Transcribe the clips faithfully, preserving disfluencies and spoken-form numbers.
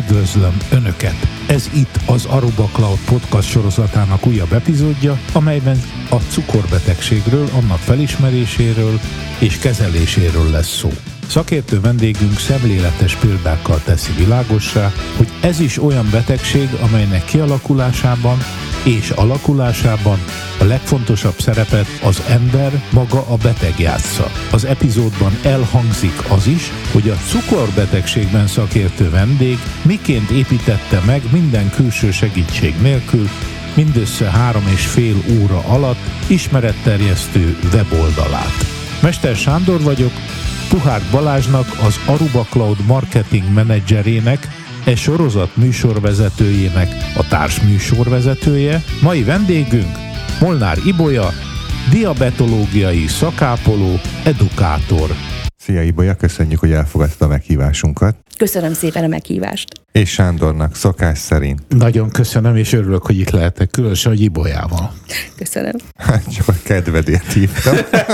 Üdvözlöm Önöket! Ez itt az Aruba Cloud podcast sorozatának újabb epizódja, amelyben a cukorbetegségről, annak felismeréséről és kezeléséről lesz szó. Szakértő vendégünk szemléletes példákkal teszi világossá, hogy ez is olyan betegség, amelynek kialakulásában és alakulásában a legfontosabb szerepet az ember, maga a beteg játsza. Az epizódban elhangzik az is, hogy a cukorbetegségben szakértő vendég miként építette meg minden külső segítség nélkül, mindössze három és fél óra alatt ismeretterjesztő weboldalát. Mester Sándor vagyok, Puhák Balázsnak, az Aruba Cloud marketing menedzserének, e sorozat műsorvezetőjének a társműsorvezetője, mai vendégünk Molnár Ibolya, diabetológiai szakápoló, edukátor. Szia Ibolya, köszönjük, hogy elfogadtad a meghívásunkat. Köszönöm szépen a meghívást. És Sándornak szokás szerint. Nagyon köszönöm, és örülök, hogy itt lehetek, különösen, hogy Ibolyával. Köszönöm. Hát csak a kedvedért hívtam.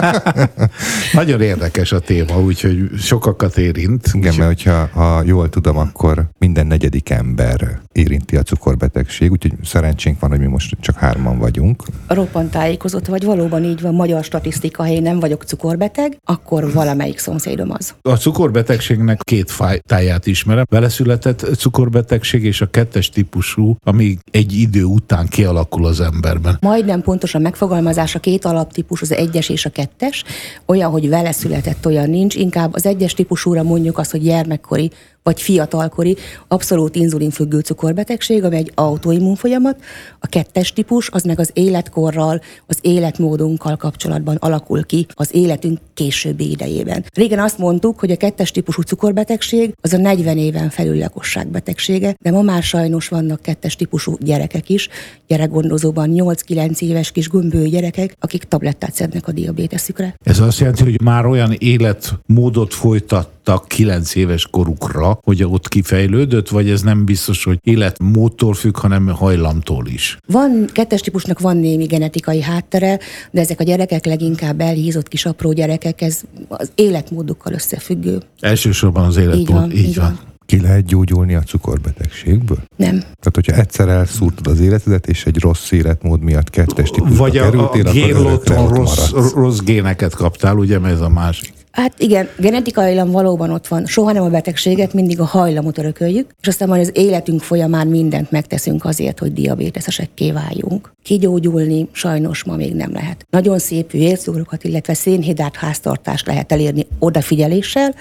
Nagyon érdekes a téma, úgyhogy sokakat érint. Igen, úgyhogy... mert hogyha ha jól tudom, akkor minden negyedik ember érinti a cukorbetegség, úgyhogy szerencsénk van, hogy mi most csak hárman vagyunk. Roppant tájékozott vagy, valóban így van, magyar statisztika, ha én nem vagyok cukorbeteg, akkor valamelyik szomszédom az. A cukorbetegségnek két fajtáját ismerem. Beleszületett cukorbetegség és a kettes típusú, ami egy idő után kialakul az emberben. Majdnem pontos a megfogalmazás, a két alaptípus, az egyes és a kettes. Olyan, hogy vele született, olyan nincs. Inkább az egyes típusúra mondjuk azt, hogy gyermekkori vagy fiatalkori, abszolút inzulinfüggő cukorbetegség, ami egy autoimmun folyamat. A kettes típus, az meg az életkorral, az életmódunkkal kapcsolatban alakul ki az életünk későbbi idejében. Régen azt mondtuk, hogy a kettes típusú cukorbetegség az a negyven éven felül lakosság betegsége, de ma már sajnos vannak kettes típusú gyerekek is, gyerekgondozóban nyolc-kilenc éves kis gömbölő gyerekek, akik tablettát szednek a diabéteszükre. Ez azt jelenti, hogy már olyan életmódot folytattak kilenc éves korukra, hogy ott kifejlődött, vagy ez nem biztos, hogy életmódtól függ, hanem hajlamtól is? Van, kettes típusnak van némi genetikai háttere, de ezek a gyerekek leginkább elhízott kis apró gyerekek, ez az életmódukkal összefüggő. Elsősorban az életmód, így van. Így így van. van. Ki lehet gyógyulni a cukorbetegségből? Nem. Tehát, hogyha egyszer elszúrtad az életedet, és egy rossz életmód miatt kettes típusba vagy a, kerültél, a génlotton rossz, maradsz. rossz géneket kaptál, ugye, ez a másik. Hát igen, genetikailag valóban ott van. Soha nem a betegséget, mindig a hajlamot örököljük, és aztán majd az életünk folyamán mindent megteszünk azért, hogy diabéteszesekké váljunk. Kigyógyulni sajnos ma még nem lehet. Nagyon szép vércukrokat, illetve szénhidrát háztartást lehet elérni odafigyeléssel,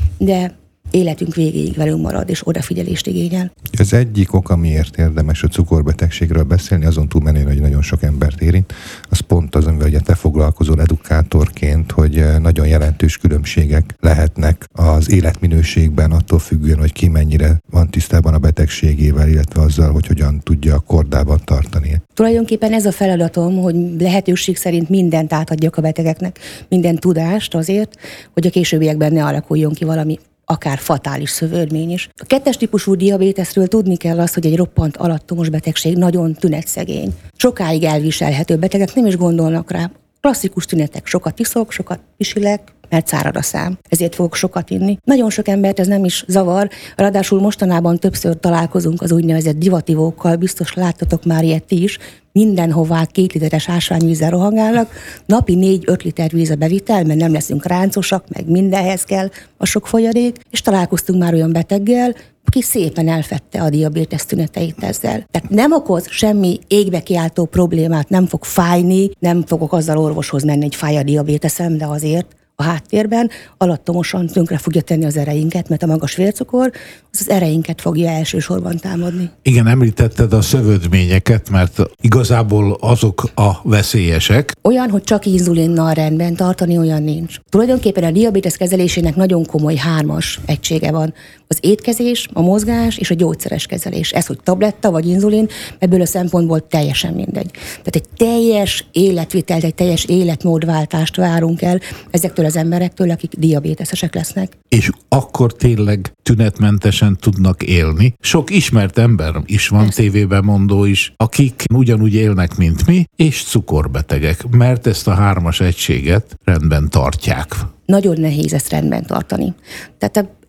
de életünk végéig velünk marad, és odafigyelést igényel. Az egyik ok, amiért érdemes a cukorbetegségről beszélni, azon túl menően, hogy nagyon sok embert érint, az pont az, amivel ugye te foglalkozol edukátorként, hogy nagyon jelentős különbségek lehetnek az életminőségben, attól függően, hogy ki mennyire van tisztában a betegségével, illetve azzal, hogy hogyan tudja a kordában tartani. Tulajdonképpen ez a feladatom, hogy lehetőség szerint mindent átadjak a betegeknek, minden tudást azért, hogy a későbbiekben ne alakuljon ki valami akár fatális szövődmény is. A kettes típusú diabéteszről tudni kell azt, hogy egy roppant alattomos betegség, nagyon tünetszegény. Sokáig elviselhető betegek nem is gondolnak rá. Klasszikus tünetek, sokat iszok, sokat pisilek, mert szárad a szám. Ezért fogok sokat inni. Nagyon sok embert ez nem is zavar, ráadásul mostanában többször találkozunk az úgynevezett divatívókkal, biztos láttatok már ilyet ti is, mindenhová két literes ásványvízzel rohangálnak, napi négy-öt liter víz a bevitel, mert nem leszünk ráncosak, meg mindenhez kell a sok folyadék, és találkoztunk már olyan beteggel, aki szépen elfedte a diabétesz tüneteit ezzel. Tehát nem okoz semmi égbe kiáltó problémát, nem fog fájni, nem fogok azzal orvoshoz menni, hogy fáj a diabéteszem, de azért a háttérben alattomosan tönkre fogja tenni az ereinket, mert a magas vércukor az az ereinket fogja elsősorban támadni. Igen, említetted a szövődményeket, mert igazából azok a veszélyesek. Olyan, hogy csak inzulinnal rendben tartani, olyan nincs. Tulajdonképpen a diabétesz kezelésének nagyon komoly hármas egysége van. Az étkezés, a mozgás és a gyógyszeres kezelés. Ez, hogy tabletta vagy inzulin, ebből a szempontból teljesen mindegy. Tehát egy teljes életvitelt, egy teljes életmódváltást várunk el ezektől az emberektől, akik diabéteszesek lesznek. És akkor tényleg tünetmentesen tudnak élni. Sok ismert ember is van, tévében mondó is, akik ugyanúgy élnek, mint mi, és cukorbetegek, mert ezt a hármas egységet rendben tartják. Nagyon nehéz ezt rendben tartani. Tehát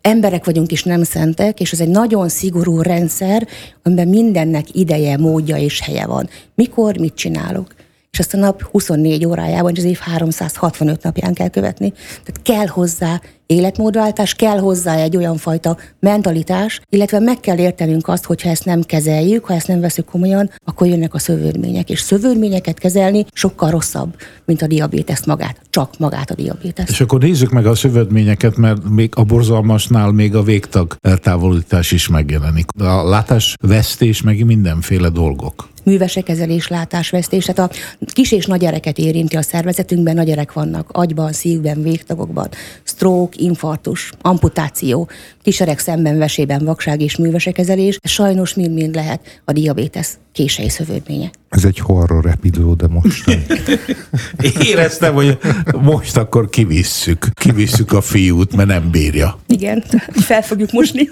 emberek vagyunk és nem szentek, és ez egy nagyon szigorú rendszer, amiben mindennek ideje, módja és helye van. Mikor, mit csinálok? És ezt a nap huszonnégy órájában, és az év háromszázhatvanöt napján kell követni. Tehát kell hozzá életmódváltás, kell hozzá egy olyan fajta mentalitás, illetve meg kell értenünk azt, hogyha ezt nem kezeljük, ha ezt nem veszük komolyan, akkor jönnek a szövődmények. És szövődményeket kezelni sokkal rosszabb, mint a diabéteszt magát, csak magát a diabéteszt. És akkor nézzük meg a szövődményeket, mert még a borzalmasnál még a végtag eltávolítás is megjelenik. A látásvesztés, meg mindenféle dolgok. Művesekezelés, látásvesztés. Tehát a kis és nagy gyereket érinti a szervezetünkben, nagy gyerek vannak agyban, szívben, végtagokban, stroke, infarktus, amputáció, kisgyerek szemben, vesében, vakság és művesekezelés. Sajnos mind-mind lehet a diabétesz kései szövődménye. Ez egy horror epizód most. Éreztem, hogy most akkor kivisszük. Kivisszük a fiút, mert nem bírja. Igen, fel fogjuk mosni.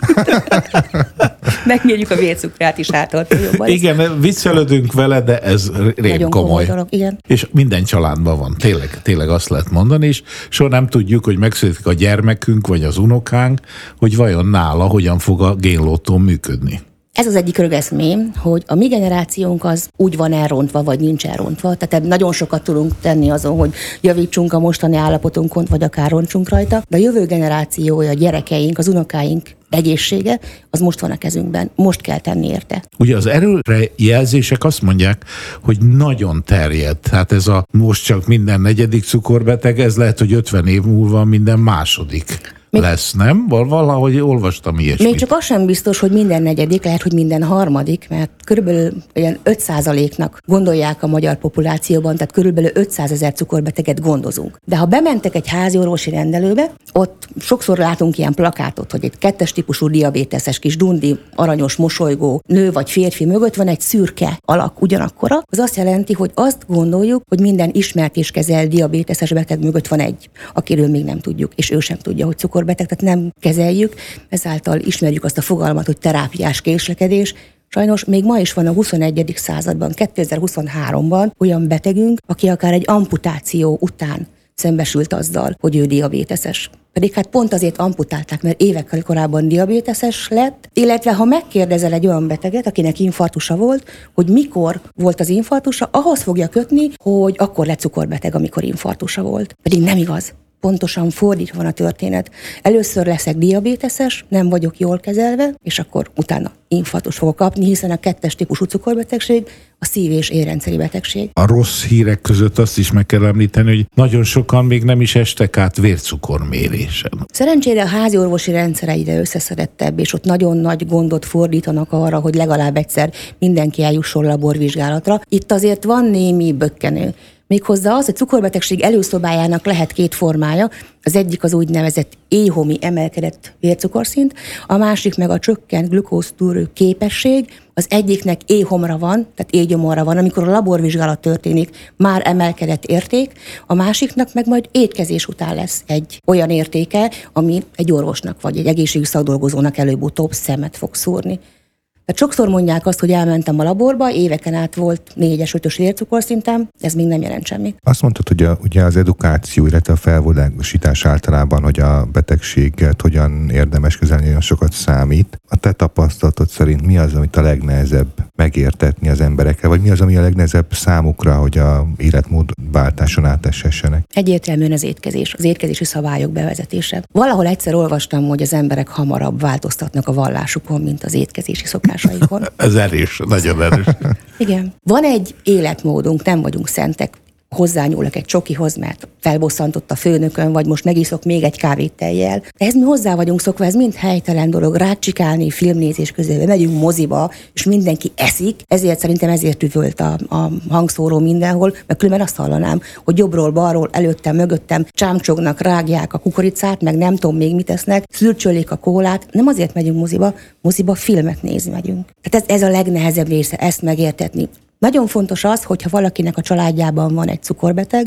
Megmérjük a vércukrát is átoltó jobban. Igen, viccelődünk vele, de ez rém komoly. Dolog, igen. És minden családban van, tényleg, tényleg azt lehet mondani, és soha nem tudjuk, hogy megszületik a gyermekünk, vagy az unokánk, hogy vajon nála hogyan fog a génlótó működni. Ez az egyik rögeszmém, hogy a mi generációnk az úgy van elrontva, vagy nincs elrontva. Tehát nagyon sokat tudunk tenni azon, hogy javítsunk a mostani állapotunkon, vagy akár rontsunk rajta. De a jövő generációja, a gyerekeink, az unokáink egészsége, az most van a kezünkben. Most kell tenni érte. Ugye az előrejelzések azt mondják, hogy nagyon terjed. Tehát ez a most csak minden negyedik cukorbeteg, ez lehet, hogy ötven év múlva minden második. Még lesz, nem? Valahogy olvastam ilyesmit. Még csak az sem biztos, hogy minden negyedik, lehet, hogy minden harmadik, mert körülbelül olyan öt százaléknak gondolják a magyar populációban, tehát körülbelül ötszázezer cukorbeteget gondozunk. De ha bementek egy háziorvosi rendelőbe, ott sokszor látunk ilyen plakátot, hogy egy kettes típusú diabéteses kis dundi, aranyos, mosolygó nő vagy férfi mögött van egy szürke alak ugyanakkora, az azt jelenti, hogy azt gondoljuk, hogy minden ismert és kezelt diabéteses beteg mögött van egy, akiről még nem tudjuk, és ő sem tudja, hogy cukor beteg, tehát nem kezeljük, ezáltal ismerjük azt a fogalmat, hogy terápiás késlekedés. Sajnos még ma is van a huszonegyedik században, kétezer-huszonháromban olyan betegünk, aki akár egy amputáció után szembesült azzal, hogy ő diabéteses. Pedig hát pont azért amputálták, mert évekkel korábban diabéteses lett, illetve ha megkérdezel egy olyan beteget, akinek infarktusa volt, hogy mikor volt az infarktusa, ahhoz fogja kötni, hogy akkor lett cukorbeteg, amikor infarktusa volt. Pedig nem igaz. Pontosan fordítva van a történet. Először leszek diabéteses, nem vagyok jól kezelve, és akkor utána infarktus fogok kapni, hiszen a kettes típusú cukorbetegség a szív- és érrendszeri betegség. A rossz hírek között azt is meg kell említeni, hogy nagyon sokan még nem is estek át vércukormérésen. Szerencsére a háziorvosi rendszer egyre összeszedettebb, és ott nagyon nagy gondot fordítanak arra, hogy legalább egyszer mindenki eljusson laborvizsgálatra. Itt azért van némi bökkenő. Méghozzá az, hogy cukorbetegség előszobájának lehet két formája, az egyik az úgynevezett éhomi emelkedett vércukorszint, a másik meg a csökkent glükóztűrő képesség, az egyiknek éhomra van, tehát éhgyomorra van, amikor a laborvizsgálat történik, már emelkedett érték, a másiknak meg majd étkezés után lesz egy olyan értéke, ami egy orvosnak vagy egy egészségügyi szakdolgozónak előbb-utóbb szemet fog szúrni. Tehát sokszor mondják azt, hogy elmentem a laborba, éveken át volt négyes, ötös vércukorszintem, ez még nem jelent semmit. Azt mondtad, hogy a, ugye az edukáció, illetve a felvilágosítás általában, hogy a betegséget hogyan érdemes kezelni, olyan sokat számít. A te tapasztalatod szerint mi az, amit a legnehezebb megértetni az emberekkel, vagy mi az, ami a legnehezebb számukra, hogy a életmódváltáson átessenek? Egyértelműen az étkezés, az étkezési szabályok bevezetése. Valahol egyszer olvastam, hogy az emberek hamarabb változtatnak a vallásukon, mint az étkezési szokásaikon. Ez erős, nagyon erős. Igen. Van egy életmódunk, nem vagyunk szentek. Hozzányúlok egy csokihoz, mert felbosszantott a főnökön, vagy most megiszok még egy kávét tejjel. Ehhez mi hozzá vagyunk szokva, ez mind helytelen dolog. Rácsikálni, filmnézés közben, megyünk moziba, és mindenki eszik. Ezért szerintem ezért üvölt a, a hangszóró mindenhol, mert különben azt hallanám, hogy jobbról, balról, előttem, mögöttem csámcsognak, rágják a kukoricát, meg nem tudom még mit esznek, szürcsölik a kólát. Nem azért megyünk moziba, moziba filmet nézni megyünk. Tehát ez, ez a legnehezebb része, ezt megértetni. Nagyon fontos az, hogyha valakinek a családjában van egy cukorbeteg,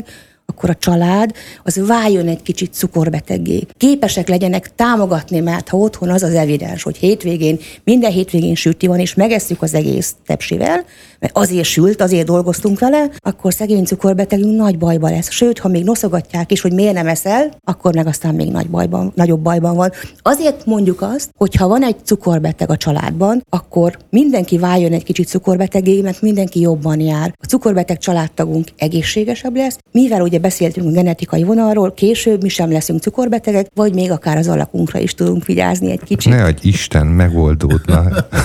akkor a család az váljon egy kicsit cukorbeteggé. Képesek legyenek támogatni, mert ha otthon az az evidens, hogy hétvégén, minden hétvégén süti van, és megesszük az egész tepsivel, mert azért sült, azért dolgoztunk vele, akkor szegény cukorbetegünk nagy bajban lesz. Sőt, ha még noszogatják is, hogy miért nem eszel, akkor meg aztán még nagy bajban, nagyobb bajban van. Azért mondjuk azt, hogy ha van egy cukorbeteg a családban, akkor mindenki váljon egy kicsit cukorbetegé, mert mindenki jobban jár. A cukorbeteg családtagunk egészségesebb lesz, mivel ugye beszéltünk a genetikai vonalról, később mi sem leszünk cukorbetegek, vagy még akár az alakunkra is tudunk vigyázni egy kicsit. Ne adj Isten, megoldódna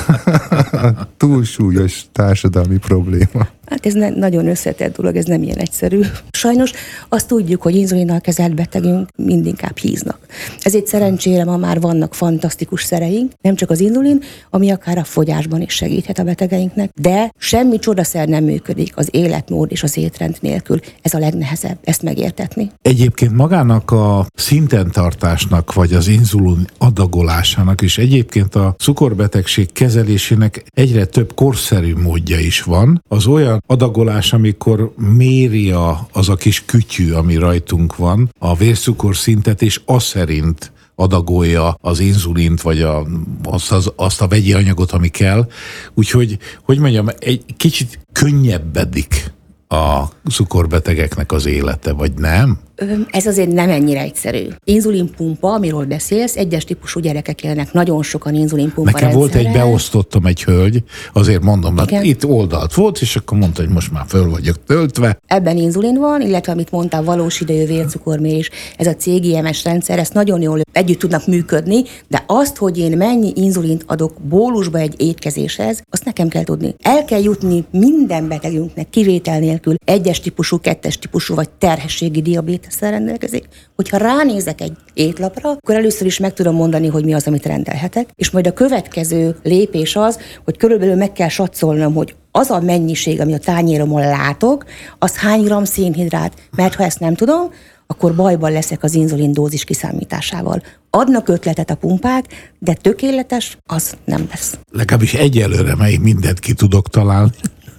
a túlsúlyos társadalmi probléma. Hát ez ne, nagyon összetett dolog, ez nem ilyen egyszerű. Sajnos azt tudjuk, hogy inzulinnal kezelt betegünk mindinkább híznak. Ezért szerencsére ma már vannak fantasztikus szereink, nem csak az inzulin, ami akár a fogyásban is segíthet a betegeinknek, de semmi csodaszer nem működik az életmód és az étrend nélkül. Ez a legnehezebb, ezt megértetni. Egyébként magának a szinten tartásnak, vagy az inzulin adagolásának, és egyébként a cukorbetegség kezelésének egyre több korszerű módja is van. Az olyan adagolás, amikor méri a, az a kis kütyű, ami rajtunk van, a vércukorszintet, és az szerint adagolja az inzulint, vagy a, azt, az, azt a vegyi anyagot, ami kell. Úgyhogy, hogy mondjam, egy kicsit könnyebbedik a cukorbetegeknek az élete, vagy nem? Ez azért nem ennyire egyszerű. Inzulinpumpa, amiről beszélsz, egyes típusú gyerekek élnek, nagyon sokan inzulinpumpa Nekem rendszerrel. volt egy, beosztottam egy hölgy, azért mondom, mert itt oldalt volt, és akkor mondta, hogy most már föl vagyok töltve. Ebben inzulin van, illetve amit mondtál, valós idejű vércukormérés, ez a cé gé em es rendszer, ezt nagyon jól együtt tudnak működni, de azt, hogy én mennyi inzulint adok bólusba egy étkezéshez, azt nekem kell tudni. El kell jutni minden betegünknek kivétel nélkül egyes típusú, kettes típusú vagy terhességi diabétesszel rendelkezik. Hogyha ránézek egy étlapra, akkor először is meg tudom mondani, hogy mi az, amit rendelhetek, és majd a következő lépés az, hogy körülbelül meg kell satszolnom, hogy az a mennyiség, ami a tányéromon látok, az hány gram szénhidrát, mert ha ezt nem tudom, akkor bajban leszek az inzulin dózis kiszámításával. Adnak ötletet a pumpák, de tökéletes az nem lesz. Legalábbis egyelőre mely mindent ki tudok találni.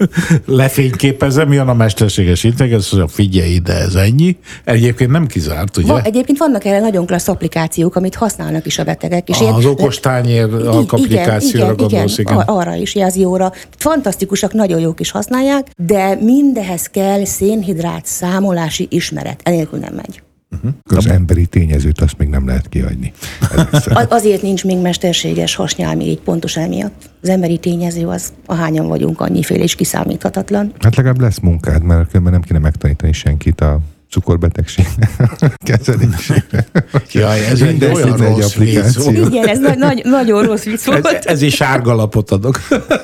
Lefényképezem, jön a mesterséges intelligencia, figyelj ide, ez ennyi. Egyébként nem kizárt, ugye? Va, egyébként vannak erre nagyon klassz applikációk, amit használnak is a betegek. És ah, ilyen, az okostányér applikációra gondolsz, igen. igen. Arra is, Jázióra. Fantasztikusak, nagyon jók is használják, de mindehez kell szénhidrát számolási ismeret. Enélkül nem megy. Uh-huh. Az emberi tényezőt azt még nem lehet kiadni. Azért nincs még mesterséges hasnyálmirigy pontosan emiatt. Az emberi tényező az, ahányan vagyunk, annyiféle is kiszámíthatatlan. Hát legalább lesz munkád, mert különben nem kéne megtanítani senkit a cukorbetegség kezelésére. Jaj, ez egy olyan egy rossz vicc. Igen, ez nagy, nagy, nagyon rossz vicc volt. Ez, ez is sárga lapot adok.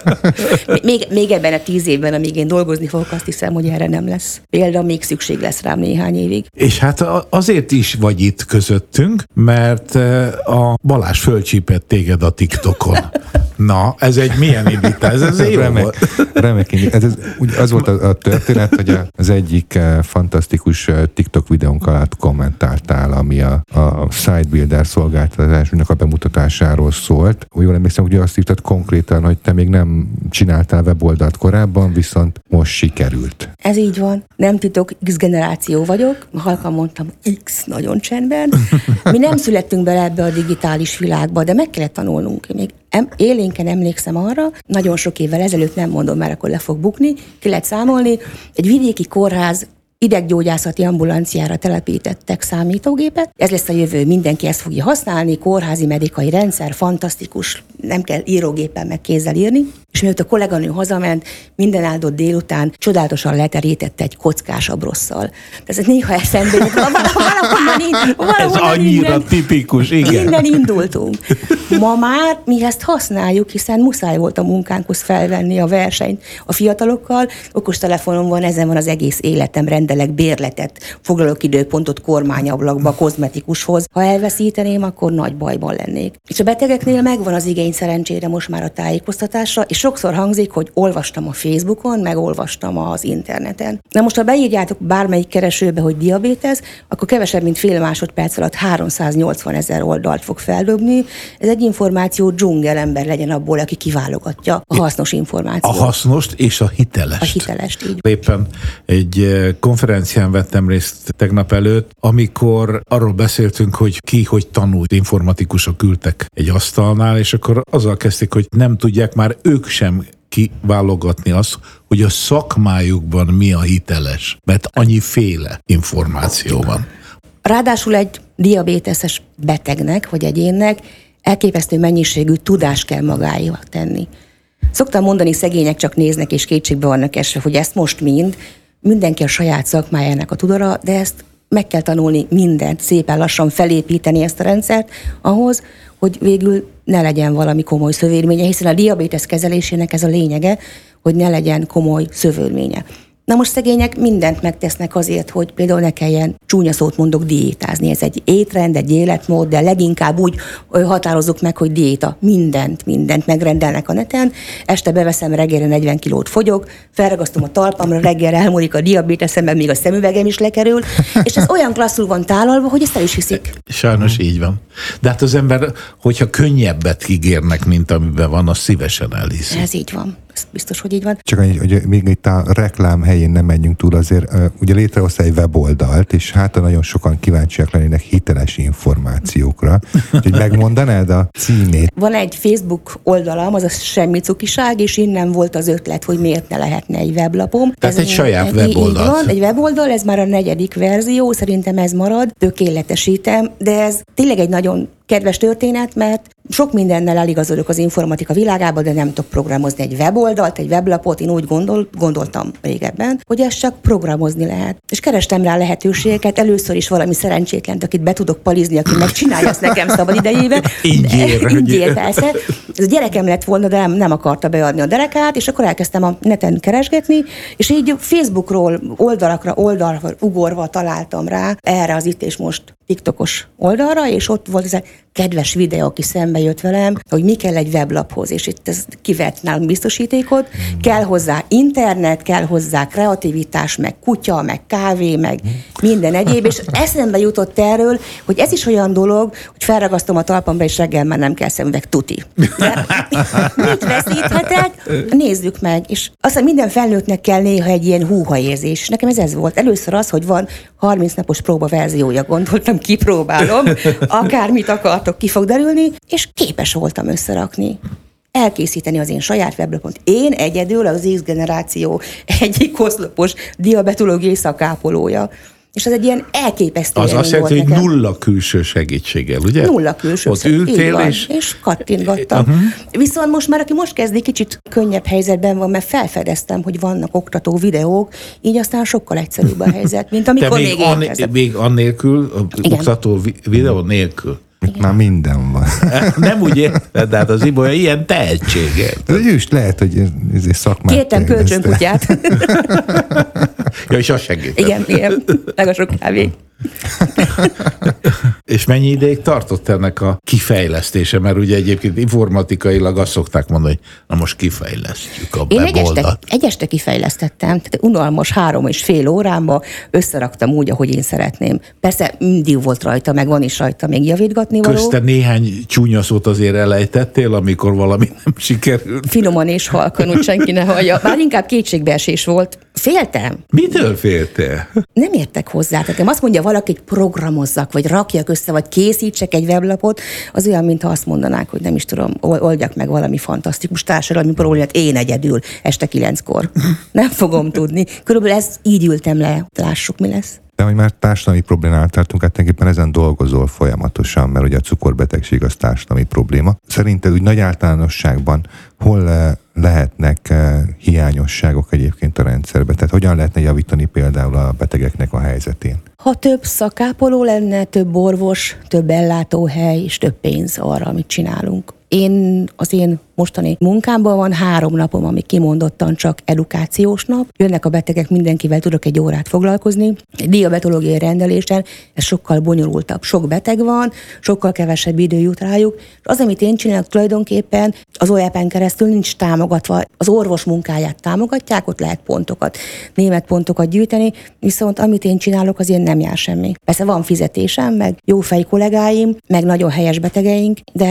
még, még ebben a tíz évben, amíg én dolgozni fogok, azt hiszem, hogy erre nem lesz. Például még szükség lesz rám néhány évig. És hát azért is vagy itt közöttünk, mert a Balázs fölcsípett téged a TikTokon. Na, ez egy milyen indítás? Ez, ez jó remek, volt. Remek, ez, ez, az volt a, a történet, hogy az egyik fantasztikus TikTok videónk alatt kommentáltál, ami a, a Sidebuilder szolgáltatásnak a bemutatásáról szólt. Jól emlékszem, hogy azt írtad konkrétan, hogy te még nem csináltál weboldalt korábban, viszont most sikerült. Ez így van. Nem titok, X generáció vagyok. Halkan mondtam, X nagyon csendben. Mi nem születtünk bele ebbe a digitális világba, de meg kellett tanulnunk. Még em, élénken emlékszem arra, nagyon sok évvel ezelőtt, nem mondom, mert akkor le fog bukni, ki lehet számolni, egy vidéki kórház ideggyógyászati ambulanciára telepítettek számítógépet. Ez lesz a jövő, mindenki ezt fogja használni, kórházi medikai rendszer, fantasztikus, nem kell írógépen meg kézzel írni. És miatt a kolléganő hazament, minden áldott délután csodálatosan leterítette egy kockás abrosszal. Ez néha eszembe jut, ez annyira innen, tipikus, igen. Innen indultunk. Ma már mi ezt használjuk, hiszen muszáj volt a munkánkhoz felvenni a versenyt a fiatalokkal. Okostelefonom van, ezen van az egész életem, rendelek bérletet, foglalok időpontot kormányablakba, kozmetikushoz. Ha elveszíteném, akkor nagy bajban lennék. És a betegeknél megvan az igény szerencsére most már a tájékoztatásra, és sokszor hangzik, hogy olvastam a Facebookon, meg olvastam az interneten. Na most, ha beírjátok bármelyik keresőbe, hogy diabétesz, akkor kevesebb, mint fél másodperc alatt háromszáznyolcvan ezer oldalt fog feldobni. Ez egy nagy információ dzsungelember legyen abból, aki kiválogatja a hasznos információt. A hasznost és a hitelest. A hitelest, így. Éppen egy konferencián vettem részt tegnap előtt, amikor arról beszéltünk, hogy ki hogy tanult, informatikusok ültek egy asztalnál, és akkor azzal kezdték, hogy nem tudják már ők sem kiválogatni azt, hogy a szakmájukban mi a hiteles, mert annyiféle információ van. Ráadásul egy diabéteses betegnek, vagy egyénnek elképesztő mennyiségű tudást kell magáévá tenni. Szoktam mondani, szegények csak néznek és kétségbe vannak esve, hogy ezt most mind, mindenki a saját szakmájának a tudora, de ezt meg kell tanulni mindent, szépen lassan felépíteni ezt a rendszert ahhoz, hogy végül ne legyen valami komoly szövődménye, hiszen a diabétesz kezelésének ez a lényege, hogy ne legyen komoly szövődménye. Na most szegények mindent megtesznek azért, hogy például ne kelljen, csúnya szót mondok, diétázni. Ez egy étrend, egy életmód, de leginkább úgy határozzuk meg, hogy diéta. Mindent, mindent megrendelnek a neten. Este beveszem, reggelre negyven kilót fogyok, felragasztom a talpamra, reggel elmúlik a diabéteszemben, még a szemüvegem is lekerül, és ez olyan klasszul van tálalva, hogy ezt el is hiszik. Sajnos így van. De hát az ember, hogyha könnyebbet ígérnek, mint amiben van, az szívesen elhiszi. Ez így van. Ez biztos, hogy így van. Csak annyi, hogy még itt a reklám helyén nem menjünk túl, azért uh, ugye létrehozta egy weboldalt, és hát nagyon sokan kíváncsiak lennének hiteles információkra. Úgyhogy megmondanád a címét? Van egy Facebook oldalam, az a Semmi Cukiság, és innen volt az ötlet, hogy miért ne lehetne egy weblapom. Tehát ez egy saját egy, weboldal. Van, egy weboldal, ez már a negyedik verzió, szerintem ez marad, tökéletesítem, de ez tényleg egy nagyon kedves történet, mert sok mindennel eligazodok az informatika világába, de nem tudok programozni egy weboldalt, egy weblapot. Én úgy gondol, gondoltam régebben, hogy ezt csak programozni lehet. És kerestem rá lehetőségeket, először is valami szerencsétlent, akit be tudok palizni, aki megcsinálja ezt nekem szabad idejében. Ingyér. Ingyér, persze. Ez a gyerekem lett volna, de nem, nem akarta beadni a derekát, és akkor elkezdtem a neten keresgetni, és így Facebookról oldalakra, oldalra ugorva találtam rá erre az Itt és Most TikTokos oldalra, és ott volt ez a kedves videó, aki szembe jött velem, hogy mi kell egy weblaphoz, és itt ez kivett nálunk biztosítékot, mm. kell hozzá internet, kell hozzá kreativitás, meg kutya, meg kávé, meg minden egyéb, és eszembe jutott erről, hogy ez is olyan dolog, hogy felragasztom a talpamra, és reggel már nem kell szemüveg, tuti. De mit veszíthetek? Nézzük meg. És aztán minden felnőttnek kell néha egy ilyen húha érzés. Nekem ez ez volt. Először az, hogy van harminc napos próbaverziója, gondoltam, kipróbálom, akármit akartok, ki fog derülni, és képes voltam összerakni. Elkészíteni az én saját weblapot. Én egyedül az X generáció egyik oszlopos diabetológiai szakápolója. És az egy ilyen elképesztő az azt jelenti, hogy nekem. nulla külső segítséggel, ugye? Nulla külső Ott ültél, van, és... és kattintgattam. Uh-huh. Viszont most már, aki most kezdi, kicsit könnyebb helyzetben van, mert felfedeztem, hogy vannak oktató videók, így aztán sokkal egyszerűbb a helyzet, mint amikor Te még, még, an, érkezett. még annélkül, oktató videó nélkül. Itt már minden van. Nem úgy érted, de hát az Ibolya ilyen tehetsége. Just lehet, hogy ez egy szakmát. Kértem kölcsönkutyát. Ja, és az segít. Igen, igen, meg a sok kávé. És mennyi ideig tartott ennek a kifejlesztése? Mert ugye egyébként informatikailag azt szokták mondani, hogy na most kifejlesztjük a Én egy este, weboldalt. egy este kifejlesztettem, tehát unalmas három és fél órámba összeraktam úgy, ahogy én szeretném. Persze mindig volt rajta, meg van is rajta még javítgatni való. Közte néhány csúnya szót azért elejtettél, amikor valami nem sikerült. Finoman és halkan, úgy senki ne hallja. Már inkább kétségbeesés volt. Féltem. Mitől féltél? Nem értek hozzá. Tehát azt mondja valaki, hogy programozzak, vagy rakjak össze, vagy készítsek egy weblapot, az olyan, mintha azt mondanák, hogy nem is tudom, oldjak meg valami fantasztikus társadalmi problémát én egyedül este kilenckor. Nem fogom tudni. Körülbelül ez így ültem le. Lássuk, mi lesz. De hogy már társadalmi problémát tartunk, hát tulajdonképpen ezen dolgozol folyamatosan, mert ugye a cukorbetegség az társadalmi probléma. Szerinted úgy nagy általánosságban hol lehetnek hiányosságok egyébként a rendszerben? Tehát hogyan lehetne javítani például a betegeknek a helyzetén? Ha több szakápoló lenne, több orvos, több ellátóhely és több pénz arra, amit csinálunk. Én, az én mostani munkámban van három napom, ami kimondottan csak edukációs nap. Jönnek a betegek, mindenkivel tudok egy órát foglalkozni. Egy diabetológiai rendelésen ez sokkal bonyolultabb. Sok beteg van, sokkal kevesebb idő jut rájuk. És az, amit én csinálok tulajdonképpen, az o e pé-en keresztül nincs támogatva. Az orvos munkáját támogatják, ott lehet pontokat, német pontokat gyűjteni, viszont amit én csinálok, az én nem jár semmi. Persze van fizetésem, meg jó fej kollégáim, meg nagyon helyes betegeink, de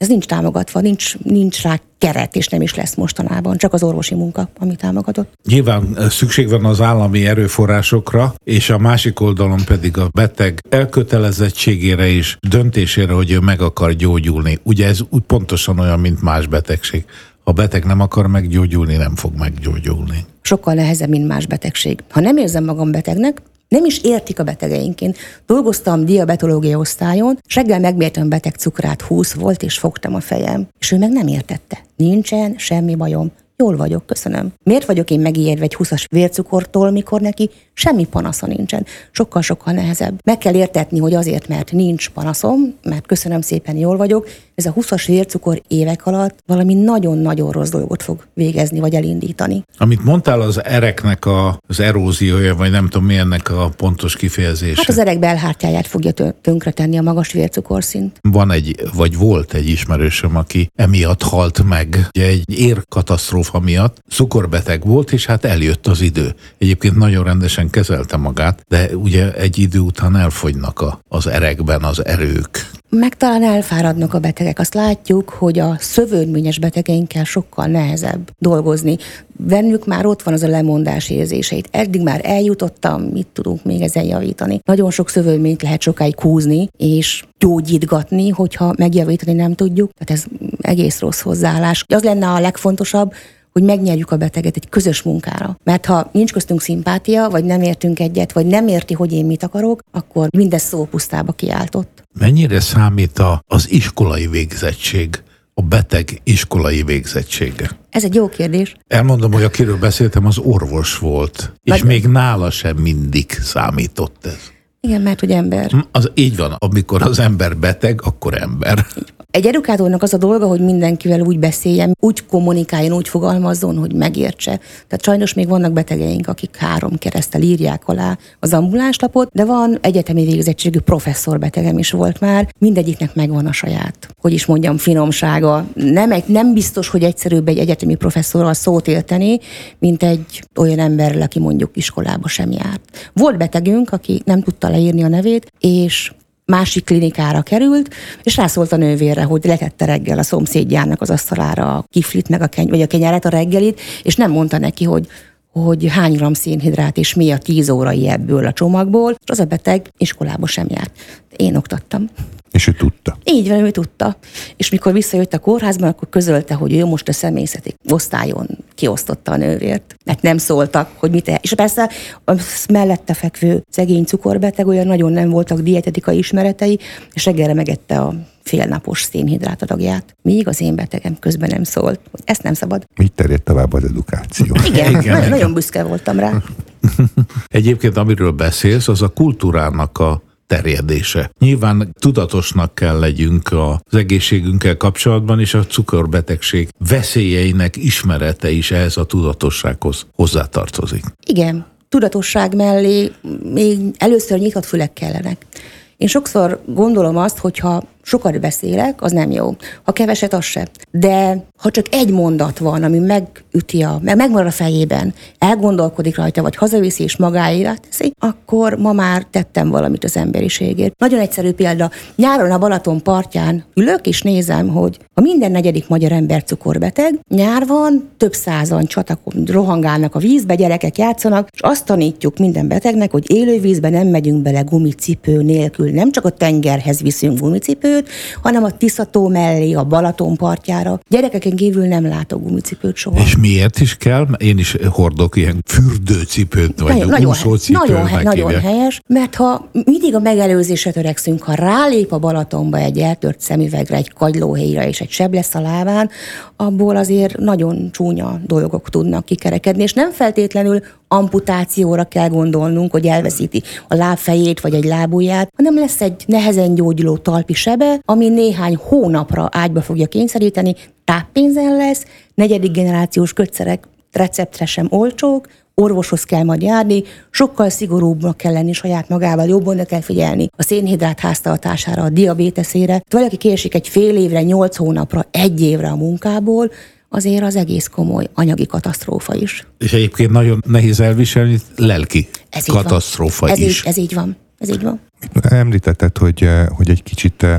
Ez nincs támogatva, nincs, nincs rá keret, és nem is lesz mostanában, csak az orvosi munka, ami támogatott. Nyilván szükség van az állami erőforrásokra, és a másik oldalon pedig a beteg elkötelezettségére és döntésére, hogy ő meg akar gyógyulni. Ugye ez úgy pontosan olyan, mint más betegség. Ha a beteg nem akar meggyógyulni, nem fog meggyógyulni. Sokkal nehezebb, mint más betegség. Ha nem érzem magam betegnek, nem is értik a betegeinként. Dolgoztam diabetológia osztályon, és reggel megmértem beteg cukrát, húsz volt, és fogtam a fejem. És ő meg nem értette. Nincsen semmi bajom. Jól vagyok, köszönöm. Miért vagyok én megijedve egy húszas vércukortól, mikor neki semmi panasza nincsen? Sokkal-sokkal nehezebb. Meg kell értetni, hogy azért, mert nincs panaszom, mert köszönöm szépen, jól vagyok, ez a húszas vércukor évek alatt valami nagyon-nagyon rossz dolgot fog végezni, vagy elindítani. Amit mondtál, az ereknek a, az eróziója, vagy nem tudom mi ennek a pontos kifejezése. Hát az erek belhártyáját fogja tönkretenni a magas vércukorszint. Van egy, vagy volt egy ismerősöm, aki emiatt halt meg. Ugye egy érkatasztrófa miatt cukorbeteg volt, és hát eljött az idő. Egyébként nagyon rendesen kezelte magát, de ugye egy idő után elfogynak a, az erekben az erők. Meg talán elfáradnak a betegek. Azt látjuk, hogy a szövődményes betegeinkkel sokkal nehezebb dolgozni. Bennük már ott van az a lemondás érzéseit. Eddig már eljutottam, mit tudunk még ezen javítani. Nagyon sok szövődményt lehet sokáig húzni, és gyógyítgatni, hogyha megjavítani nem tudjuk. Tehát ez egész rossz hozzáállás. Az lenne a legfontosabb, hogy megnyerjük a beteget egy közös munkára. Mert ha nincs köztünk szimpátia, vagy nem értünk egyet, vagy nem érti, hogy én mit akarok, akkor mindez szópusztába kiáltott. Mennyire számít a, az iskolai végzettség, a beteg iskolai végzettsége? Ez egy jó kérdés. Elmondom, hogy akiről beszéltem, az orvos volt, és Nagy... még nála sem mindig számított ez. Igen, mert hogy ember. Az így van, amikor az ember beteg, akkor ember. Egy edukátornak az a dolga, hogy mindenkivel úgy beszéljen, úgy kommunikáljon, úgy fogalmazzon, hogy megértse. Tehát sajnos még vannak betegeink, akik három kereszttel írják alá az ambulánslapot, de van egyetemi végzettségű professzor betegem is volt már, mindegyiknek megvan a saját, hogy is mondjam, finomsága. Nem, egy, nem biztos, hogy egyszerűbb egy egyetemi professzorral szót érteni, mint egy olyan emberrel, aki mondjuk iskolába sem járt. Volt betegünk, aki nem tudta leírni a nevét, és másik klinikára került, és rászólt a nővérre, hogy letette reggel a szomszédjának az asztalára a kiflit, meg a keny- vagy a kenyeret, a reggelit, és nem mondta neki, hogy, hogy hány gram szénhidrát és mi a tíz órai ebből a csomagból, és az a beteg iskolába sem járt. Én oktattam. És ő tudta. Így van, ő tudta. És mikor visszajött a kórházban, akkor közölte, hogy ő most a személyzeti osztályon kiosztotta a nővért. Mert nem szóltak, hogy mit. És persze a mellette fekvő szegény cukorbeteg, olyan nagyon nem voltak dietetikai ismeretei, és reggelre megette a félnapos szénhidrátadagját. Míg az én betegem közben nem szólt. Ezt nem szabad. Így terjedt tovább az edukáció. Igen, igen, nagyon, nagyon büszke voltam rá. Egyébként, amiről beszélsz, az a kultúrának a terjedése. Nyilván tudatosnak kell legyünk az egészségünkkel kapcsolatban, és a cukorbetegség veszélyeinek ismerete is ehhez a tudatossághoz hozzátartozik. Igen, tudatosság mellé még először nyitott fülek kellenek. Én sokszor gondolom azt, hogyha sokat beszélek, az nem jó. Ha keveset, az se. De ha csak egy mondat van, ami megüti a, meg megmarad a fejében, elgondolkodik rajta, vagy hazaviszi és magáéra teszi, akkor ma már tettem valamit az emberiségért. Nagyon egyszerű példa. Nyáron a Balaton partján ülök és nézem, hogy a minden negyedik magyar ember cukorbeteg, nyár van, több százan csatakon rohangálnak a vízbe, gyerekek játszanak, és azt tanítjuk minden betegnek, hogy élő vízbe nem megyünk bele gumicipő nélkül. Nem csak a tengerhez viszünk gumicipőt, hanem a Tisza-tó mellé, a Balaton partjára. Gyerekeken kívül nem látok gumicipőt soha. És miért is kell? Én is hordok ilyen fürdőcipőt, vagy nagyon, úszócipőt. Nagyon, nagyon, nagyon helyes, mert ha mindig a megelőzésre törekszünk, ha rálép a Balatonba egy eltört szemüvegre, egy kagylóhéjra és egy seb lesz a lábán, abból azért nagyon csúnya dolgok tudnak kikerekedni, és nem feltétlenül amputációra kell gondolnunk, hogy elveszíti a lábfejét vagy egy lábujját, hanem lesz egy nehezen gyógyuló talpi sebe, ami néhány hónapra ágyba fogja kényszeríteni, táppénzen lesz, negyedik generációs kötszerek receptre sem olcsók, orvoshoz kell majd járni, sokkal szigorúbbnak kell lenni saját magával, jobban oda kell figyelni a szénhidrát háztartására, a diabéteszére. Valaki kiesik egy fél évre, nyolc hónapra, egy évre a munkából, azért az egész komoly anyagi katasztrófa is. És egyébként nagyon nehéz elviselni, lelki ez katasztrófa ez is. Így, ez így van. Ez így van. Említetted, hogy, hogy egy kicsit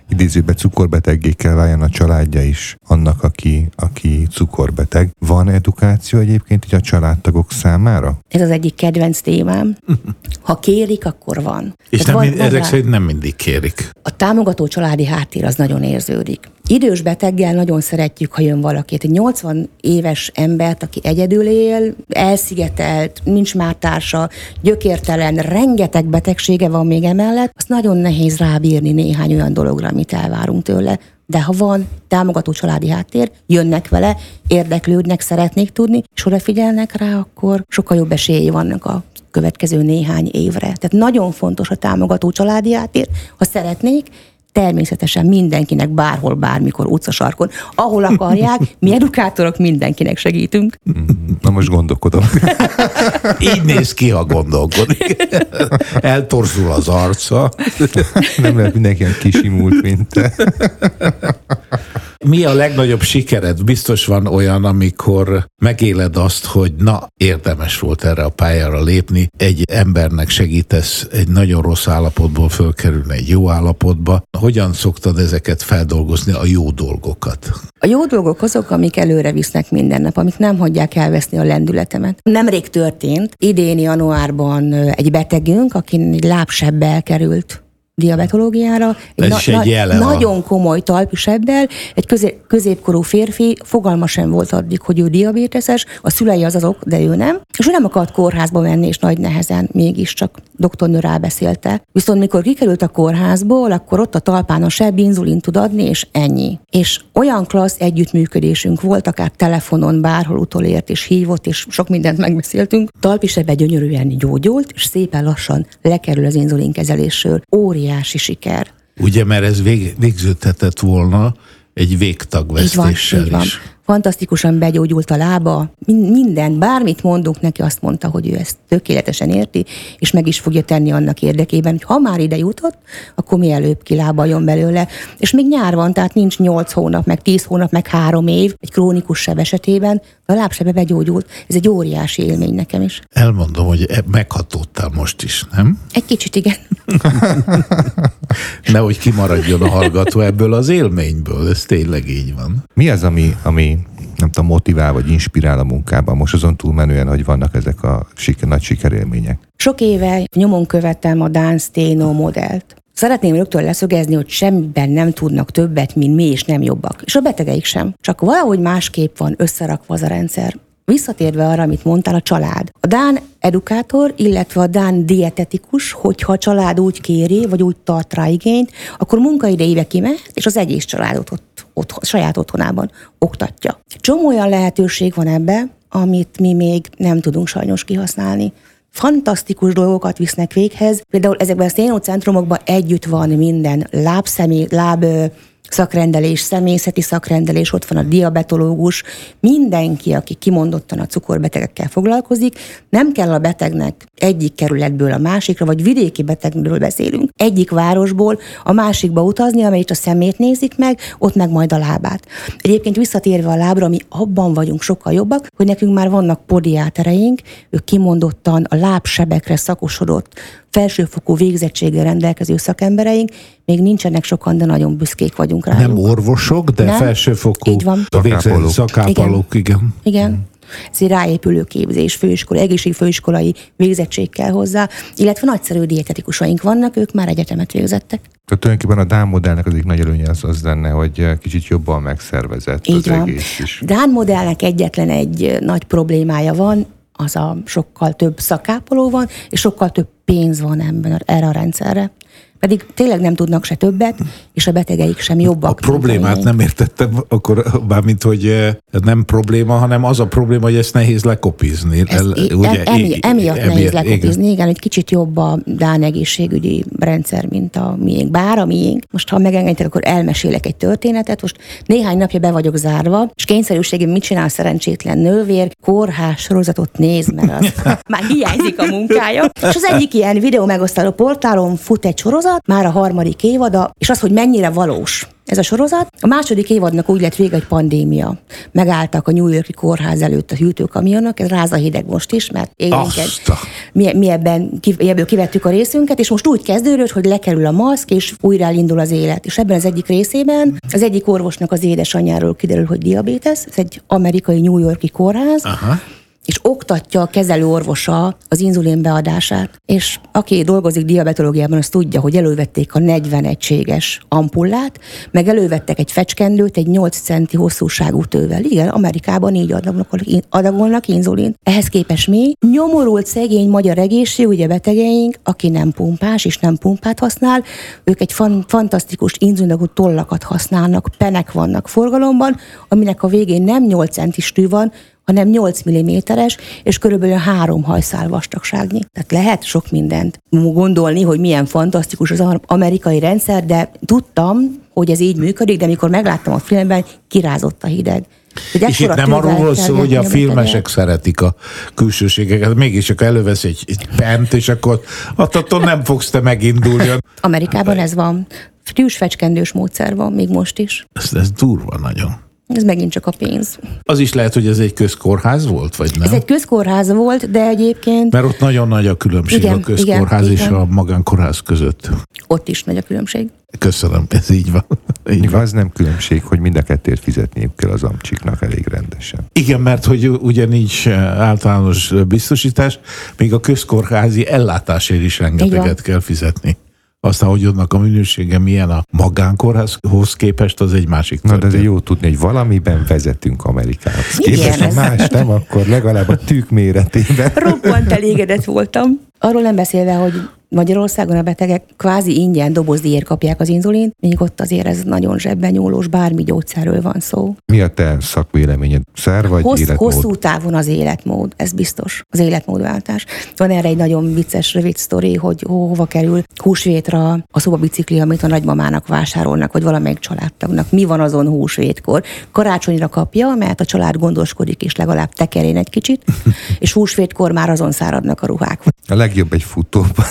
idézőbe cukorbeteggé kell váljon a családja is annak, aki, aki cukorbeteg. Van edukáció egyébként így a családtagok számára? Ez az egyik kedvenc témám. Ha kérik, akkor van. És nem van, mind, van ezek rá. szerint nem mindig kérik. A támogató családi háttér az nagyon érződik. Idős beteggel nagyon szeretjük, ha jön valaki. Egy nyolcvan éves embert, aki egyedül él, elszigetelt, nincs már társa, gyökértelen, rengeteg betegsége van még emellett, azt nagyon nehéz rábírni néhány olyan dologra, amit elvárunk tőle. De ha van támogató családi háttér, jönnek vele, érdeklődnek, szeretnék tudni, és odafigyelnek rá, akkor sokkal jobb esélyei vannak a következő néhány évre. Tehát nagyon fontos a támogató családi háttér. Ha szeretnék, természetesen mindenkinek bárhol, bármikor, utcasarkon, ahol akarják, mi edukátorok mindenkinek segítünk. Na most gondolkodom. Így néz ki, ha gondolkodik. Eltorzul az arca. Nem lehet mindenki ilyen kisimult, mint te. Mi a legnagyobb sikered? Biztos van olyan, amikor megéled azt, hogy na, érdemes volt erre a pályára lépni, egy embernek segítesz egy nagyon rossz állapotból fölkerülni egy jó állapotba. Hogyan szoktad ezeket feldolgozni, a jó dolgokat? A jó dolgok azok, amik előre visznek minden nap, amik nem hagyják elveszni a lendületemet. Nemrég történt, idén januárban egy betegünk, aki egy lábsebbel került diabetológiára. Ez na- is egy na- jele. Nagyon komoly talpisebbel, egy közé- középkorú férfi, fogalma sem volt addig, hogy ő diabéteses, a szülei az azok, de ő nem. És ő nem akart kórházba menni, és nagy nehezen mégiscsak doktornő rábeszélte. Viszont mikor kikerült a kórházból, akkor ott a talpán a seb inzulint tud adni, és ennyi. És olyan klassz együttműködésünk volt, akár telefonon, bárhol utolért, és hívott, és sok mindent megbeszéltünk. Talpisebbe gyönyörűen gyógyult, és szépen lassan lekerül az inzulinkezelésről. Óriási siker. Ugye, mert ez vég, végződhetett volna egy végtagvesztéssel így van, így is. van. Fantasztikusan begyógyult a lába, minden, bármit mondunk neki, azt mondta, hogy ő ezt tökéletesen érti, és meg is fogja tenni annak érdekében, hogy ha már ide jutott, akkor mielőbb kilábaljon belőle. És még nyár van, tehát nincs nyolc hónap, meg tíz hónap, meg három év, egy krónikus seb esetében, a lábsebe begyógyult. Ez egy óriási élmény nekem is. Elmondom, hogy meghatódtál most is, nem? Egy kicsit igen. Nehogy kimaradjon a hallgató ebből az élményből, ez tényleg így van. Mi az, ami, ami nem tudom, motivál vagy inspirál a munkában? Most azon túlmenően, hogy vannak ezek a siker, nagy sikerélmények. Sok éve nyomon követtem a Dan Steno modellt. Szeretném rögtön leszögezni, hogy semmiben nem tudnak többet, mint mi, és nem jobbak. És a betegeik sem. Csak valahogy másképp van összerakva az a rendszer. Visszatérve arra, amit mondtál, a család. A dán edukátor, illetve a dán dietetikus, hogyha a család úgy kéri, vagy úgy tart rá igényt, akkor munkaidejébe kimehet, és az egész családot ott, ott saját otthonában oktatja. Csomó olyan lehetőség van ebbe, amit mi még nem tudunk sajnos kihasználni. Fantasztikus dolgokat visznek véghez. Például ezekben a Steno centrumokban együtt van minden lábszemé, láb szakrendelés, személyzeti szakrendelés, ott van a diabetológus, mindenki, aki kimondottan a cukorbetegekkel foglalkozik, nem kell a betegnek egyik kerületből a másikra, vagy vidéki betegről beszélünk, egyik városból a másikba utazni, amelyet a szemét nézik meg, ott meg majd a lábát. Egyébként visszatérve a lábra, mi abban vagyunk sokkal jobbak, hogy nekünk már vannak podiátereink, ők kimondottan a lábsebekre szakosodott, felsőfokú végzettséggel rendelkező szakembereink, még nincsenek sokan, de nagyon büszkék vagyunk rájuk. Nem orvosok, de Nem? felsőfokú Így van. Szakápolók. szakápolók, igen. Igen. Ez egy ráépülő képzés, főiskola, egészségfőiskolai végzettség kell hozzá, illetve nagyszerű dietetikusaink vannak, ők már egyetemet végzettek. Tehát tulajdonképpen a dán modellnek az egyik nagy előnye az, az lenne, hogy kicsit jobban megszervezett Így az van. egész is. Dán modellnek egyetlen egy nagy problémája van, az a sokkal több szakápoló van, és sokkal több pénz van ebben, erre a rendszerre. Pedig tényleg nem tudnak se többet, és a betegeik sem jobbak. A problémát nem értettem, akkor mármint, hogy nem probléma, hanem az a probléma, hogy ezt nehéz lekopizni. Ez, El, ugye, ugye, emi, emiatt emiatt nehéz lekopizni, igen. igen, egy kicsit jobb a dán egészségügyi rendszer, mint a miénk. Bár a miénk. Most, ha megengedtek, akkor elmesélek egy történetet. Most néhány napja be vagyok zárva, és kényszerűségében mit csinál szerencsétlen nővér? Kórház sorozatot néz, mert az már hiányzik a munkája. És az egyik ilyen videó megosztáló portálon fut egy sorozat, már a harmadik évada, és az, hogy mennyire valós. ez a sorozat. A második évadnak úgy lett vége, egy pandémia. Megálltak a New York-i kórház előtt a hűtőkamionok, ez ráz a hideg most is, mert élénken, mi, mi ebben, ebből kivettük a részünket, és most úgy kezdődött, hogy lekerül a maszk, és újra elindul az élet. És ebben az egyik részében az egyik orvosnak az édesanyjáról kiderül, hogy diabétesz, ez egy amerikai New York-i kórház, aha. és oktatja a kezelő orvosa az inzulin beadását. És aki dolgozik diabetológiában, az tudja, hogy elővették a negyven egységes ampullát, meg elővettek egy fecskendőt egy nyolc centi hosszúságú tővel. Igen, Amerikában így adagolnak inzulint. Ehhez képest mi, nyomorult szegény magyar egészségügyi betegeink, aki nem pumpás és nem pumpát használ, ők egy fan- fantasztikus inzulinagú tollakat használnak, penek vannak forgalomban, aminek a végén nem nyolc centis tű van, hanem nyolc milliméteres, és körülbelül három hajszál vastagságnyi. Tehát lehet sok mindent gondolni, hogy milyen fantasztikus az amerikai rendszer, de tudtam, hogy ez így működik, de amikor megláttam a filmben, kirázott a hideg. És itt nem arról volt szó, hogy a filmesek szeretik a külsőségeket, mégis csak elővesz egy, egy pent, és akkor attól nem fogsz te megindulni. Amerikában ez van. Tűzfecskendős módszer van, még most is. Ez, ez durva nagyon. Ez megint csak a pénz. Az is lehet, hogy ez egy közkórház volt, vagy nem? Ez egy közkórház volt, de egyébként... Mert ott nagyon nagy a különbség igen, a közkórház igen, és igen. a magánkórház között. Ott is nagy a különbség. Köszönöm, ez így van. Így van. Az nem különbség, hogy mind a kettőt fizetniük kell az amcsiknak elég rendesen. Igen, mert hogy ugye nincs általános biztosítás, még a közkórházi ellátásért is rengeteget kell fizetni. Aztán, hogy annak a minősége milyen a magánkórházhoz képest, az egy másik történet. Na, de jó tudni, hogy valamiben vezetünk Amerikához. Képest, ez... más nem, akkor legalább a tűk méretében. Roppant elégedett voltam. Arról nem beszélve, hogy Magyarországon a betegek kvázi ingyen dobozdíjért kapják az inzulint, még ott azért ez nagyon zsebben nyúlós, bármi gyógyszerről van szó. Mi a te szakvéleményed? Szer vagy Hossz, életmód? Hosszú távon az életmód, ez biztos, az életmódváltás. Van erre egy nagyon vicces, rövid sztori, hogy hova kerül húsvétra a szobabicikli, amit a nagymamának vásárolnak, vagy valamelyik családtagnak. Mi van azon húsvétkor? Karácsonyra kapja, mert a család gondoskodik, és legalább tekerén egy kicsit, és húsvétkor már azon száradnak a ruhák. A legjobb egy futóban.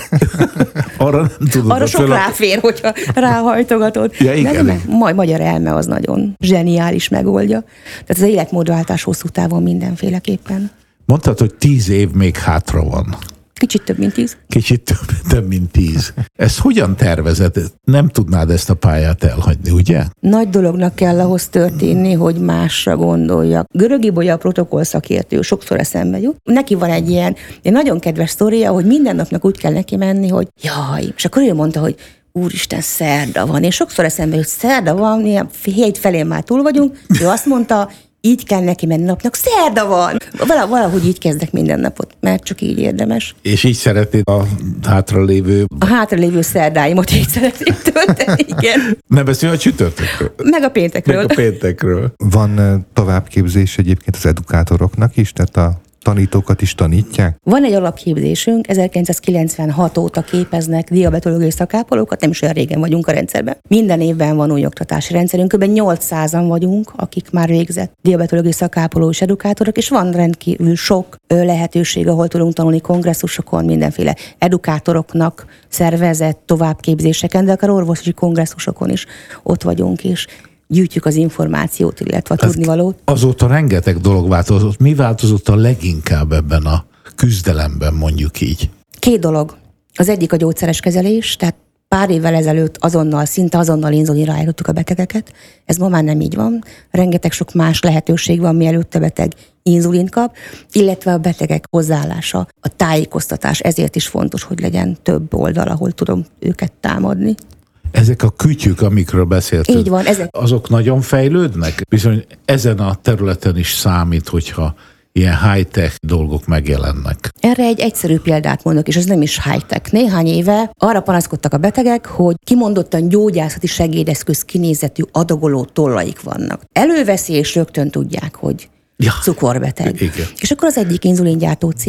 Arra nem tudod. Arra sok ráfér, hogyha ráhajtogatod. Ja, igen. De majd magyar elme az nagyon zseniális megoldja. Tehát az életmódváltás hosszú távon mindenféleképpen. Mondtad, hogy tíz év még hátra van. Kicsit több, mint tíz. Kicsit több, több mint tíz. Ezt hogyan tervezed? Nem tudnád ezt a pályát elhagyni, ugye? Nagy dolognak kell ahhoz történni, hogy másra gondoljak. Görög Ibolya a protokoll szakértő, sokszor eszembe jut. Neki van egy ilyen egy nagyon kedves sztoria, hogy minden napnak úgy kell neki menni, hogy jaj, és akkor ő mondta, hogy úristen, szerda van. És sokszor eszembe jut, szerda van, ilyen hét felén már túl vagyunk. Ő azt mondta, így kell neki menni napnak, szerda van! Valahogy így kezdek minden napot, mert csak így érdemes. És így szeretnéd a hátralévő... A hátralévő szerdáimat így szeretném tölteni, igen. Nem beszélj a csütörtökről. Meg a péntekről. Meg a péntekről. Van továbbképzés egyébként az edukátoroknak is, tehát a tanítókat is tanítják? Van egy alapképzésünk, ezerkilencszázkilencvenhat óta képeznek diabetológiai szakápolókat, nem is olyan régen vagyunk a rendszerben. Minden évben van új oktatási rendszerünk, kb. nyolcszázan vagyunk, akik már végzett diabetológiai szakápoló és edukátorok, és van rendkívül sok lehetőség, ahol tudunk tanulni kongresszusokon, mindenféle edukátoroknak szervezett továbbképzéseken, de akár orvosi kongresszusokon is ott vagyunk, és gyűjtjük az információt, illetve a tudnivalót. Azóta rengeteg dolog változott. Mi változott a leginkább ebben a küzdelemben, mondjuk így? Két dolog. Az egyik a gyógyszeres kezelés, tehát pár évvel ezelőtt azonnal, szinte azonnal inzulinra állítottuk a betegeket. Ez ma már nem így van. Rengeteg sok más lehetőség van, mielőtt a beteg inzulint kap, illetve a betegek hozzáállása, a tájékoztatás. Ezért is fontos, hogy legyen több oldal, ahol tudom őket támadni. Ezek a kütyük, amikről beszéltünk, így van, ezek... azok nagyon fejlődnek? Bizony ezen a területen is számít, hogyha ilyen high-tech dolgok megjelennek. Erre egy egyszerű példát mondok, és ez nem is high-tech. Néhány éve arra panaszkodtak a betegek, hogy kimondottan gyógyászati segédeszköz kinézetű adagoló tollaik vannak. Előveszi, és rögtön tudják, hogy ja, cukorbeteg. Igen. És akkor az egyik inzulingyártó cég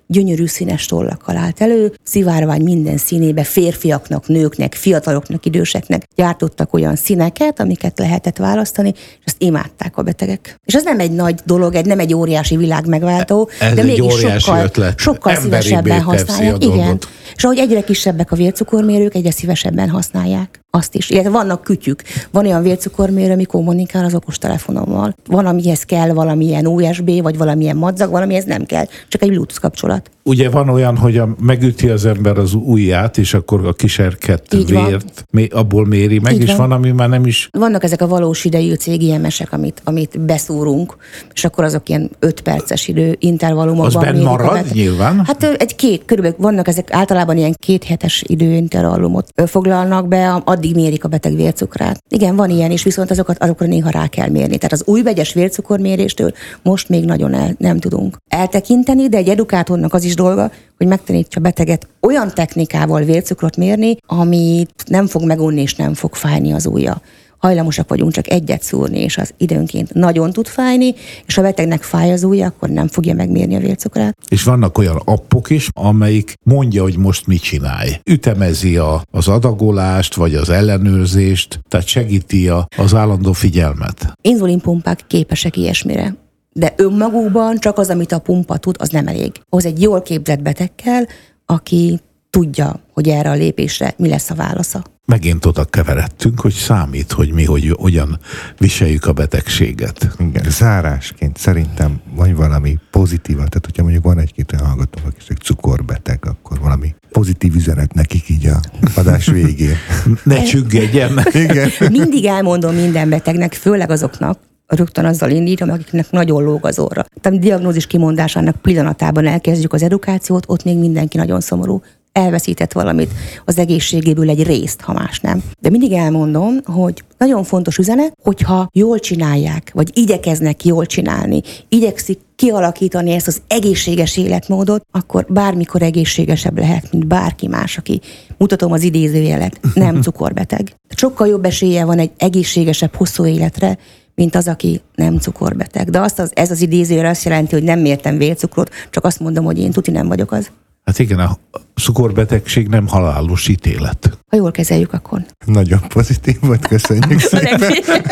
gyönyörű színes tollakkal állt elő, szivárvány minden színébe, férfiaknak, nőknek, fiataloknak, időseknek gyártottak olyan színeket, amiket lehetett választani, és azt imádták a betegek. És ez nem egy nagy dolog, egy, nem egy óriási világ megváltó, ez de mégis sokkal, ötlet. sokkal szívesebben használják. Igen. És ahogy egyre kisebbek a vércukormérők, egyre szívesebben használják azt is. Illetve vannak kütyük. Van olyan vércukormérő, ami kommunikál az okostelefonommal. Van, amihez kell valamilyen u es bé, vagy valamilyen madzag, valamihez nem kell. Csak egy Bluetooth kapcsolat. Ugye van olyan, hogy a, megüti az ember az ujját, és akkor a kiserkedt vért mé, abból méri meg, így és van. van, ami már nem is... Vannak ezek a valós idejű cé gé em esek, amit, amit beszúrunk, és akkor azok ilyen öt perces idő intervallumokban. Az benn marad nyilván? Hát egy két, körülbelül vannak ezek általában ilyen két hetes időintervallumot foglalnak be, addig mérik a beteg vércukrát. Igen, van ilyen is, viszont azokat azokra néha rá kell mérni. Tehát az új vegyes vércukorméréstől most még nagyon el, nem tudunk eltekinteni, de egy edukátornak az is dolga, hogy megtanítsa a beteget olyan technikával vércukrot mérni, amit nem fog megunni és nem fog fájni az ujja. Hajlamosak vagyunk csak egyet szúrni, és az időnként nagyon tud fájni, és ha a betegnek fáj az ujja, akkor nem fogja megmérni a vércukrát. És vannak olyan appok is, amelyik mondja, hogy most mit csinálj. Ütemezi a, az adagolást, vagy az ellenőrzést, tehát segíti a, az állandó figyelmet. Inzulinpumpák képesek ilyesmire. De önmagukban csak az, amit a pumpa tud, az nem elég. Hoz egy jól képzett beteg kell, aki tudja, hogy erre a lépésre mi lesz a válasza. Megint oda keveredtünk, hogy számít, hogy mi hogy, hogyan viseljük a betegséget. Igen, zárásként szerintem van valami pozitív, tehát hogyha mondjuk van egy-két hallgatónk, aki egy cukorbeteg, akkor valami pozitív üzenet nekik így a adás végén. Ne csüggedjen! Igen. Mindig elmondom minden betegnek, főleg azoknak, rögtön azzal indítom, akiknek nagyon lóg az orra. Tehát a diagnózis kimondásának pillanatában elkezdjük az edukációt, ott még mindenki nagyon szomorú. Elveszített valamit, az egészségéből egy részt, ha más nem. De mindig elmondom, hogy nagyon fontos üzenet, hogyha jól csinálják, vagy igyekeznek jól csinálni, igyekszik kialakítani ezt az egészséges életmódot, akkor bármikor egészségesebb lehet, mint bárki más, aki, mutatom az idézőjelet, nem cukorbeteg. Sokkal jobb esélye van egy egészségesebb, hosszú életre, mint az, aki nem cukorbeteg. De azt az, ez az idézőjel azt jelenti, hogy nem mértem vércukrot, csak azt mondom, hogy én tuti nem vagyok az. Hát igen, a cukorbetegség nem halálos ítélet. Ha jól kezeljük, akkor. Nagyon pozitív volt, köszönjük szépen.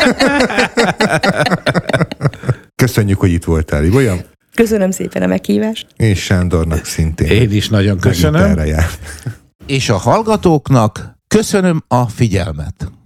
Köszönjük, hogy itt voltál, Ibolya. Köszönöm szépen a meghívást. És Sándornak szintén. Én is nagyon köszönöm. És a hallgatóknak köszönöm a figyelmet.